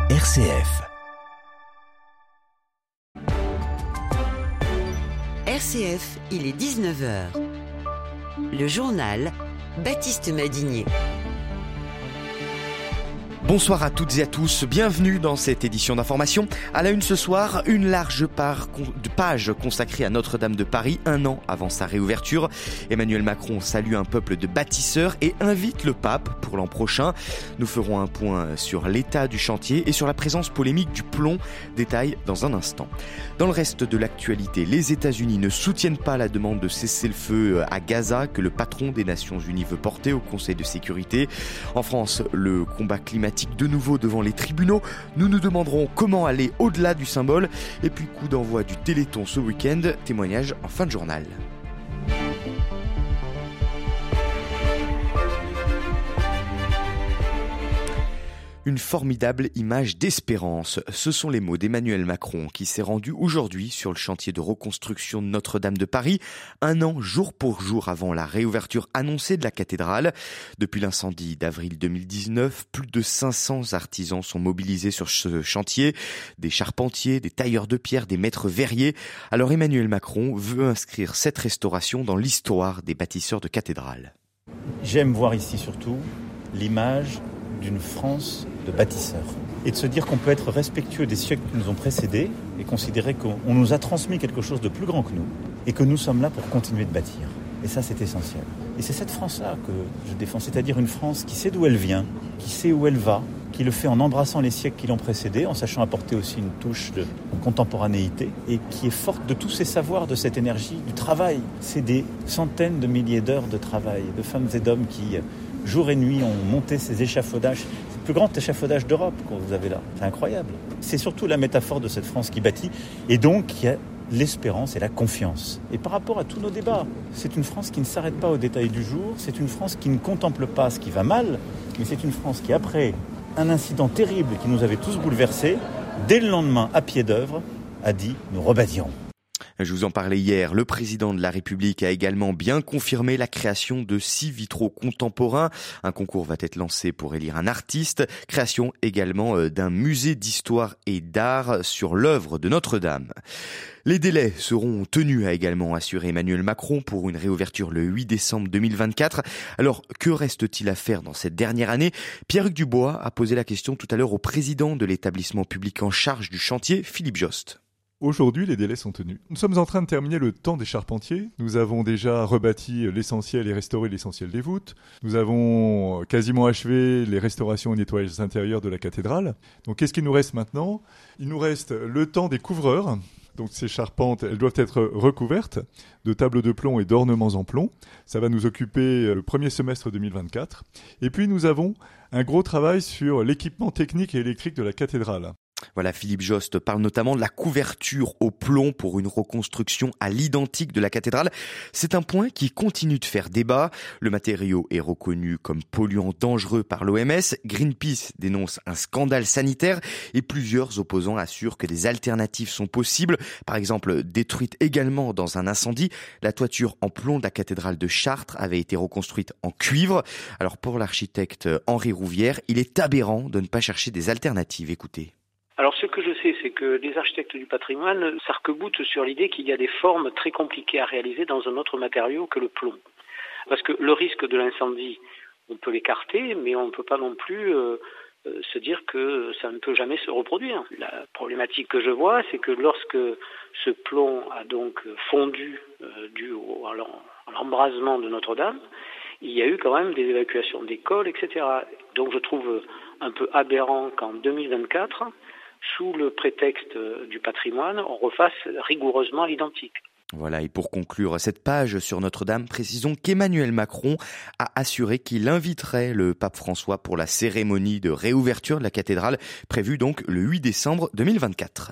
RCF. RCF, il est 19h. Le journal Baptiste Madinier. Bonsoir à toutes et à tous, bienvenue dans cette édition d'information. À la une ce soir, une large page consacrée à Notre-Dame de Paris, un an avant sa réouverture. Emmanuel Macron salue un peuple de bâtisseurs et invite le pape pour l'an prochain. Nous ferons un point sur l'état du chantier et sur la présence polémique du plomb. Détail dans un instant. Dans le reste de l'actualité, les États-Unis ne soutiennent pas la demande de cessez-le-feu à Gaza que le patron des Nations Unies veut porter au Conseil de sécurité. En France, le combat climatique de nouveau devant les tribunaux. Nous nous demanderons comment aller au-delà du symbole. Et puis coup d'envoi du Téléthon ce week-end, témoignage en fin de journal. Une formidable image d'espérance. Ce sont les mots d'Emmanuel Macron qui s'est rendu aujourd'hui sur le chantier de reconstruction de Notre-Dame de Paris, un an jour pour jour avant la réouverture annoncée de la cathédrale. Depuis l'incendie d'avril 2019, plus de 500 artisans sont mobilisés sur ce chantier, des charpentiers, des tailleurs de pierre, des maîtres verriers. Alors Emmanuel Macron veut inscrire cette restauration dans l'histoire des bâtisseurs de cathédrales. J'aime voir ici surtout l'image d'une France de bâtisseurs. Et de se dire qu'on peut être respectueux des siècles qui nous ont précédés et considérer qu'on nous a transmis quelque chose de plus grand que nous et que nous sommes là pour continuer de bâtir. Et ça, c'est essentiel. Et c'est cette France-là que je défends, c'est-à-dire une France qui sait d'où elle vient, qui sait où elle va, qui le fait en embrassant les siècles qui l'ont précédée, en sachant apporter aussi une touche de contemporanéité et qui est forte de tous ces savoirs, de cette énergie, du travail. C'est des centaines de milliers d'heures de travail, de femmes et d'hommes qui, jour et nuit, ont monté ces échafaudages. C'est le plus grand échafaudage d'Europe que vous avez là. C'est incroyable. C'est surtout la métaphore de cette France qui bâtit et donc qui a l'espérance et la confiance. Et par rapport à tous nos débats, c'est une France qui ne s'arrête pas aux détails du jour, c'est une France qui ne contemple pas ce qui va mal, mais c'est une France qui, après un incident terrible qui nous avait tous bouleversés, dès le lendemain, à pied d'œuvre, a dit « nous rebâtirons ». Je vous en parlais hier, le président de la République a également bien confirmé la création de 6 vitraux contemporains. Un concours va être lancé pour élire un artiste. Création également d'un musée d'histoire et d'art sur l'œuvre de Notre-Dame. Les délais seront tenus, a également assuré Emmanuel Macron pour une réouverture le 8 décembre 2024. Alors, que reste-t-il à faire dans cette dernière année ? Pierre-Hugues Dubois a posé la question tout à l'heure au président de l'établissement public en charge du chantier, Philippe Jost. Aujourd'hui, les délais sont tenus. Nous sommes en train de terminer le temps des charpentiers. Nous avons déjà rebâti l'essentiel et restauré l'essentiel des voûtes. Nous avons quasiment achevé les restaurations et nettoyages intérieurs de la cathédrale. Donc, qu'est-ce qu'il nous reste maintenant ? Il nous reste le temps des couvreurs. Donc, ces charpentes, elles doivent être recouvertes de tables de plomb et d'ornements en plomb. Ça va nous occuper le premier semestre 2024. Et puis, nous avons un gros travail sur l'équipement technique et électrique de la cathédrale. Voilà, Philippe Jost parle notamment de la couverture au plomb pour une reconstruction à l'identique de la cathédrale. C'est un point qui continue de faire débat. Le matériau est reconnu comme polluant dangereux par l'OMS. Greenpeace dénonce un scandale sanitaire et plusieurs opposants assurent que des alternatives sont possibles. Par exemple, détruite également dans un incendie, la toiture en plomb de la cathédrale de Chartres avait été reconstruite en cuivre. Alors pour l'architecte Henri Rouvière, il est aberrant de ne pas chercher des alternatives. Écoutez. Alors ce que je sais, c'est que les architectes du patrimoine s'arc-boutent sur l'idée qu'il y a des formes très compliquées à réaliser dans un autre matériau que le plomb. Parce que le risque de l'incendie, on peut l'écarter, mais on ne peut pas non plus se dire que ça ne peut jamais se reproduire. La problématique que je vois, c'est que lorsque ce plomb a donc fondu dû à l'embrasement de Notre-Dame, il y a eu quand même des évacuations d'écoles, etc. Donc je trouve un peu aberrant qu'en 2024, sous le prétexte du patrimoine, on refasse rigoureusement l'identique. Voilà, et pour conclure cette page sur Notre-Dame, précisons qu'Emmanuel Macron a assuré qu'il inviterait le pape François pour la cérémonie de réouverture de la cathédrale, prévue donc le 8 décembre 2024.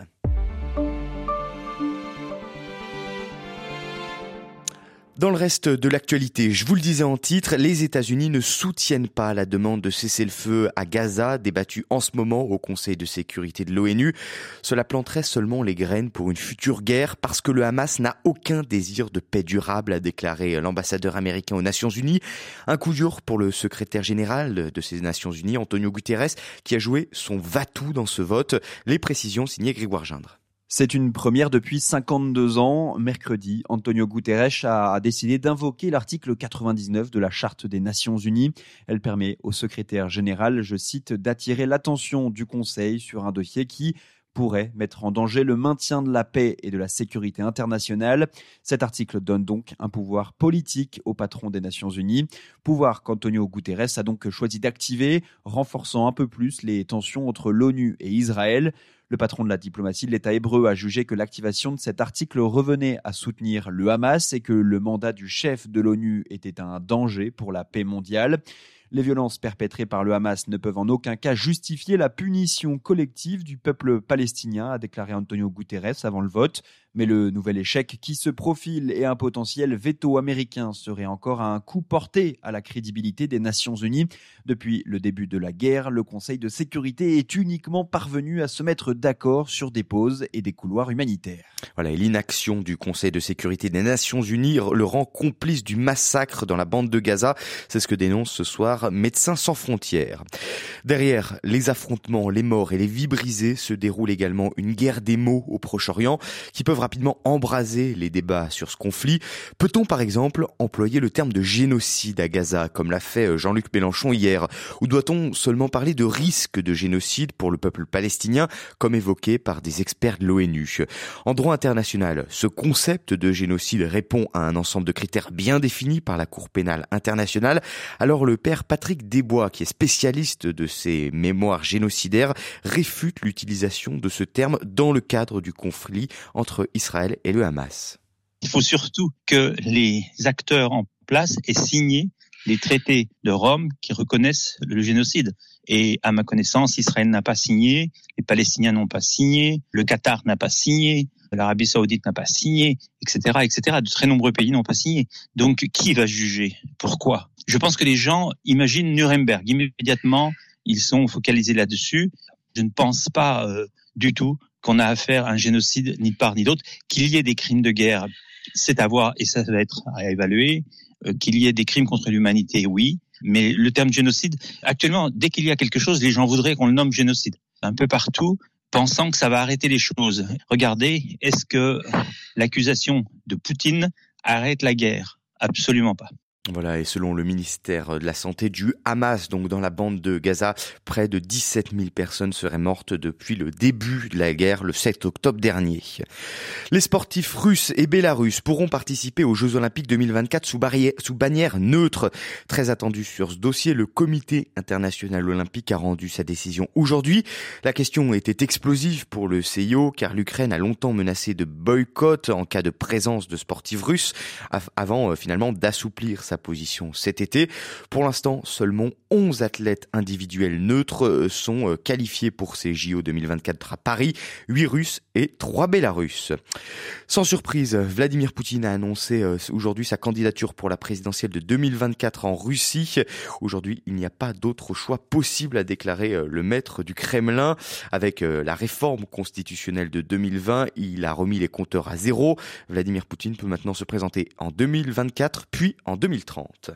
Dans le reste de l'actualité, je vous le disais en titre, les États-Unis ne soutiennent pas la demande de cessez-le-feu à Gaza, débattue en ce moment au Conseil de sécurité de l'ONU. Cela planterait seulement les graines pour une future guerre parce que le Hamas n'a aucun désir de paix durable, a déclaré l'ambassadeur américain aux Nations Unies. Un coup dur pour le secrétaire général de ces Nations Unies, Antonio Guterres, qui a joué son va-tout dans ce vote. Les précisions signées Grégoire Gindre. C'est une première depuis 52 ans. Mercredi, Antonio Guterres a décidé d'invoquer l'article 99 de la Charte des Nations Unies. Elle permet au secrétaire général, je cite, d'attirer l'attention du Conseil sur un dossier qui pourrait mettre en danger le maintien de la paix et de la sécurité internationale. Cet article donne donc un pouvoir politique au patron des Nations Unies, pouvoir qu'Antonio Guterres a donc choisi d'activer, renforçant un peu plus les tensions entre l'ONU et Israël. Le patron de la diplomatie de l'État hébreu a jugé que l'activation de cet article revenait à soutenir le Hamas et que le mandat du chef de l'ONU était un danger pour la paix mondiale. Les violences perpétrées par le Hamas ne peuvent en aucun cas justifier la punition collective du peuple palestinien, a déclaré Antonio Guterres avant le vote. Mais le nouvel échec qui se profile et un potentiel veto américain serait encore un coup porté à la crédibilité des Nations Unies. Depuis le début de la guerre, le Conseil de sécurité est uniquement parvenu à se mettre d'accord sur des pauses et des couloirs humanitaires. Voilà, et l'inaction du Conseil de sécurité des Nations Unies le rend complice du massacre dans la bande de Gaza. C'est ce que dénonce ce soir Médecins sans frontières. Derrière les affrontements, les morts et les vies brisées se déroule également une guerre des mots au Proche-Orient qui peuvent rapidement embraser les débats sur ce conflit. Peut-on par exemple employer le terme de génocide à Gaza comme l'a fait Jean-Luc Mélenchon hier? Ou doit-on seulement parler de risque de génocide pour le peuple palestinien comme évoqué par des experts de l'ONU? En droit international, ce concept de génocide répond à un ensemble de critères bien définis par la Cour pénale internationale. Alors le père Patrick Desbois, qui est spécialiste de ces mémoires génocidaires, réfute l'utilisation de ce terme dans le cadre du conflit entre Israël et le Hamas. Il faut surtout que les acteurs en place aient signé les traités de Rome qui reconnaissent le génocide. Et à ma connaissance, Israël n'a pas signé, les Palestiniens n'ont pas signé, le Qatar n'a pas signé, l'Arabie Saoudite n'a pas signé, etc., etc. De très nombreux pays n'ont pas signé. Donc, qui va juger? Pourquoi? Je pense que les gens imaginent Nuremberg. Immédiatement, ils sont focalisés là-dessus. Je ne pense pas du tout qu'on a affaire à un génocide ni de part ni d'autre. Qu'il y ait des crimes de guerre, c'est à voir et ça va être à évaluer. Qu'il y ait des crimes contre l'humanité, oui. Mais le terme génocide, actuellement, dès qu'il y a quelque chose, les gens voudraient qu'on le nomme génocide. Un peu partout, pensant que ça va arrêter les choses. Regardez, est-ce que l'accusation de Poutine arrête la guerre? Absolument pas. Voilà, et selon le ministère de la Santé du Hamas, donc dans la bande de Gaza, près de 17 000 personnes seraient mortes depuis le début de la guerre, le 7 octobre dernier. Les sportifs russes et bélarusses pourront participer aux Jeux Olympiques 2024 sous bannière neutre. Très attendu sur ce dossier, le Comité international olympique a rendu sa décision aujourd'hui. La question était explosive pour le CIO, car l'Ukraine a longtemps menacé de boycott en cas de présence de sportifs russes, avant finalement d'assouplir sa position cet été. Pour l'instant, seulement 11 athlètes individuels neutres sont qualifiés pour ces JO 2024 à Paris, 8 Russes et 3 Bélarusses. Sans surprise, Vladimir Poutine a annoncé aujourd'hui sa candidature pour la présidentielle de 2024 en Russie. Aujourd'hui, il n'y a pas d'autre choix possible, a déclaré le maître du Kremlin. Avec la réforme constitutionnelle de 2020, il a remis les compteurs à zéro. Vladimir Poutine peut maintenant se présenter en 2024 puis en 2030.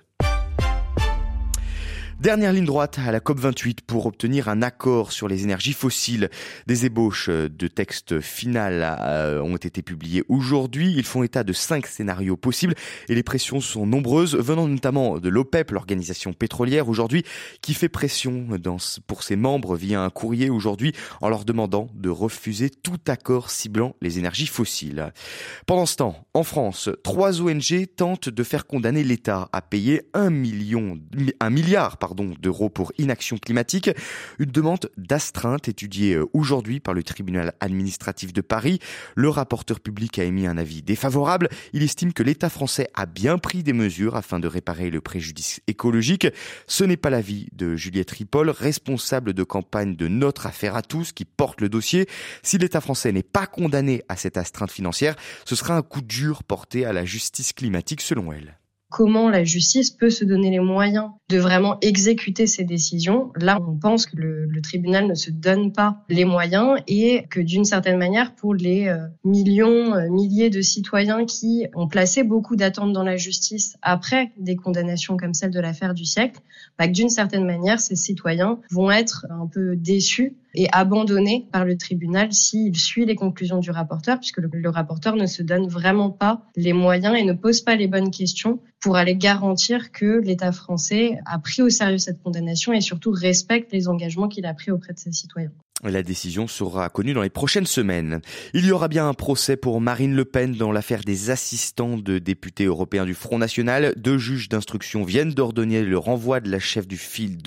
Dernière ligne droite à la COP28 pour obtenir un accord sur les énergies fossiles. Des ébauches de texte final ont été publiées aujourd'hui. Ils font état de 5 scénarios possibles et les pressions sont nombreuses, venant notamment de l'OPEP, l'organisation pétrolière aujourd'hui, qui fait pression pour ses membres via un courrier aujourd'hui en leur demandant de refuser tout accord ciblant les énergies fossiles. Pendant ce temps, en France, 3 ONG tentent de faire condamner l'État à payer 1 milliard d'euros pour inaction climatique. Une demande d'astreinte étudiée aujourd'hui par le tribunal administratif de Paris. Le rapporteur public a émis un avis défavorable. Il estime que l'État français a bien pris des mesures afin de réparer le préjudice écologique. Ce n'est pas l'avis de Juliette Ripoll, responsable de campagne de Notre Affaire à tous, qui porte le dossier. Si l'État français n'est pas condamné à cette astreinte financière, ce sera un coup dur porté à la justice climatique selon elle. Comment la justice peut se donner les moyens de vraiment exécuter ces décisions. Là, on pense que le tribunal ne se donne pas les moyens et que d'une certaine manière, pour les milliers de citoyens qui ont placé beaucoup d'attentes dans la justice après des condamnations comme celle de l'affaire du siècle, que d'une certaine manière, ces citoyens vont être un peu déçus et abandonnés par le tribunal s'il suit les conclusions du rapporteur, puisque le rapporteur ne se donne vraiment pas les moyens et ne pose pas les bonnes questions pour aller garantir que l'État français a pris au sérieux cette condamnation et surtout respecte les engagements qu'il a pris auprès de ses citoyens. La décision sera connue dans les prochaines semaines. Il y aura bien un procès pour Marine Le Pen dans l'affaire des assistants de députés européens du Front National. 2 juges d'instruction viennent d'ordonner le renvoi de la chef de file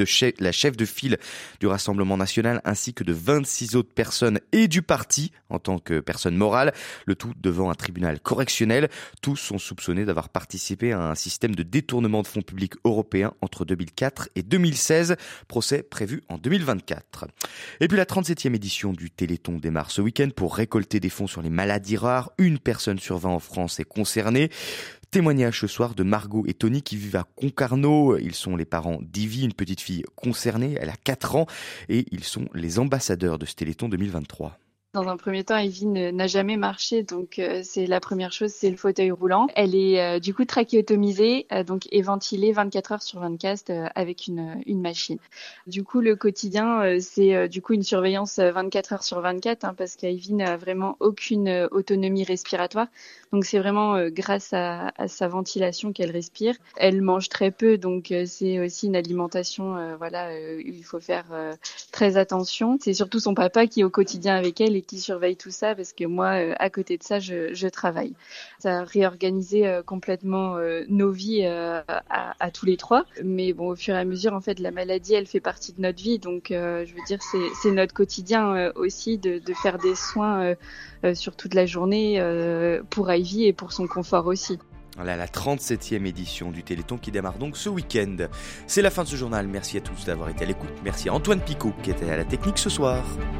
du Rassemblement National ainsi que de 26 autres personnes et du parti en tant que personne morale. Le tout devant un tribunal correctionnel. Tous sont soupçonnés d'avoir participé à un système de détournement de fonds publics européens entre 2004 et 2016. Procès prévu en 2024. Et puis la 37e édition du Téléthon démarre ce week-end pour récolter des fonds sur les maladies rares. 1 personne sur 20 en France est concernée. Témoignage ce soir de Margot et Tony qui vivent à Concarneau. Ils sont les parents d'Ivy, une petite fille concernée. Elle a 4 ans et ils sont les ambassadeurs de ce Téléthon 2023. Dans un premier temps, Evie n'a jamais marché, donc c'est la première chose, c'est le fauteuil roulant. Elle est du coup trachéotomisée, donc est ventilée 24 heures sur 24 avec une machine. Du coup, le quotidien, c'est du coup une surveillance 24 heures sur 24, parce qu'Ivy n'a vraiment aucune autonomie respiratoire. Donc c'est vraiment grâce à sa ventilation qu'elle respire. Elle mange très peu, donc c'est aussi une alimentation, il faut faire très attention. C'est surtout son papa qui est au quotidien avec elle et qui surveille tout ça parce que moi, à côté de ça, je travaille. Ça a réorganisé complètement nos vies à tous les 3. Mais bon, au fur et à mesure, en fait, la maladie, elle fait partie de notre vie. Donc, je veux dire, c'est notre quotidien aussi de faire des soins sur toute la journée pour Ivy et pour son confort aussi. Voilà la 37e édition du Téléthon qui démarre donc ce week-end. C'est la fin de ce journal. Merci à tous d'avoir été à l'écoute. Merci à Antoine Picot qui était à la technique ce soir.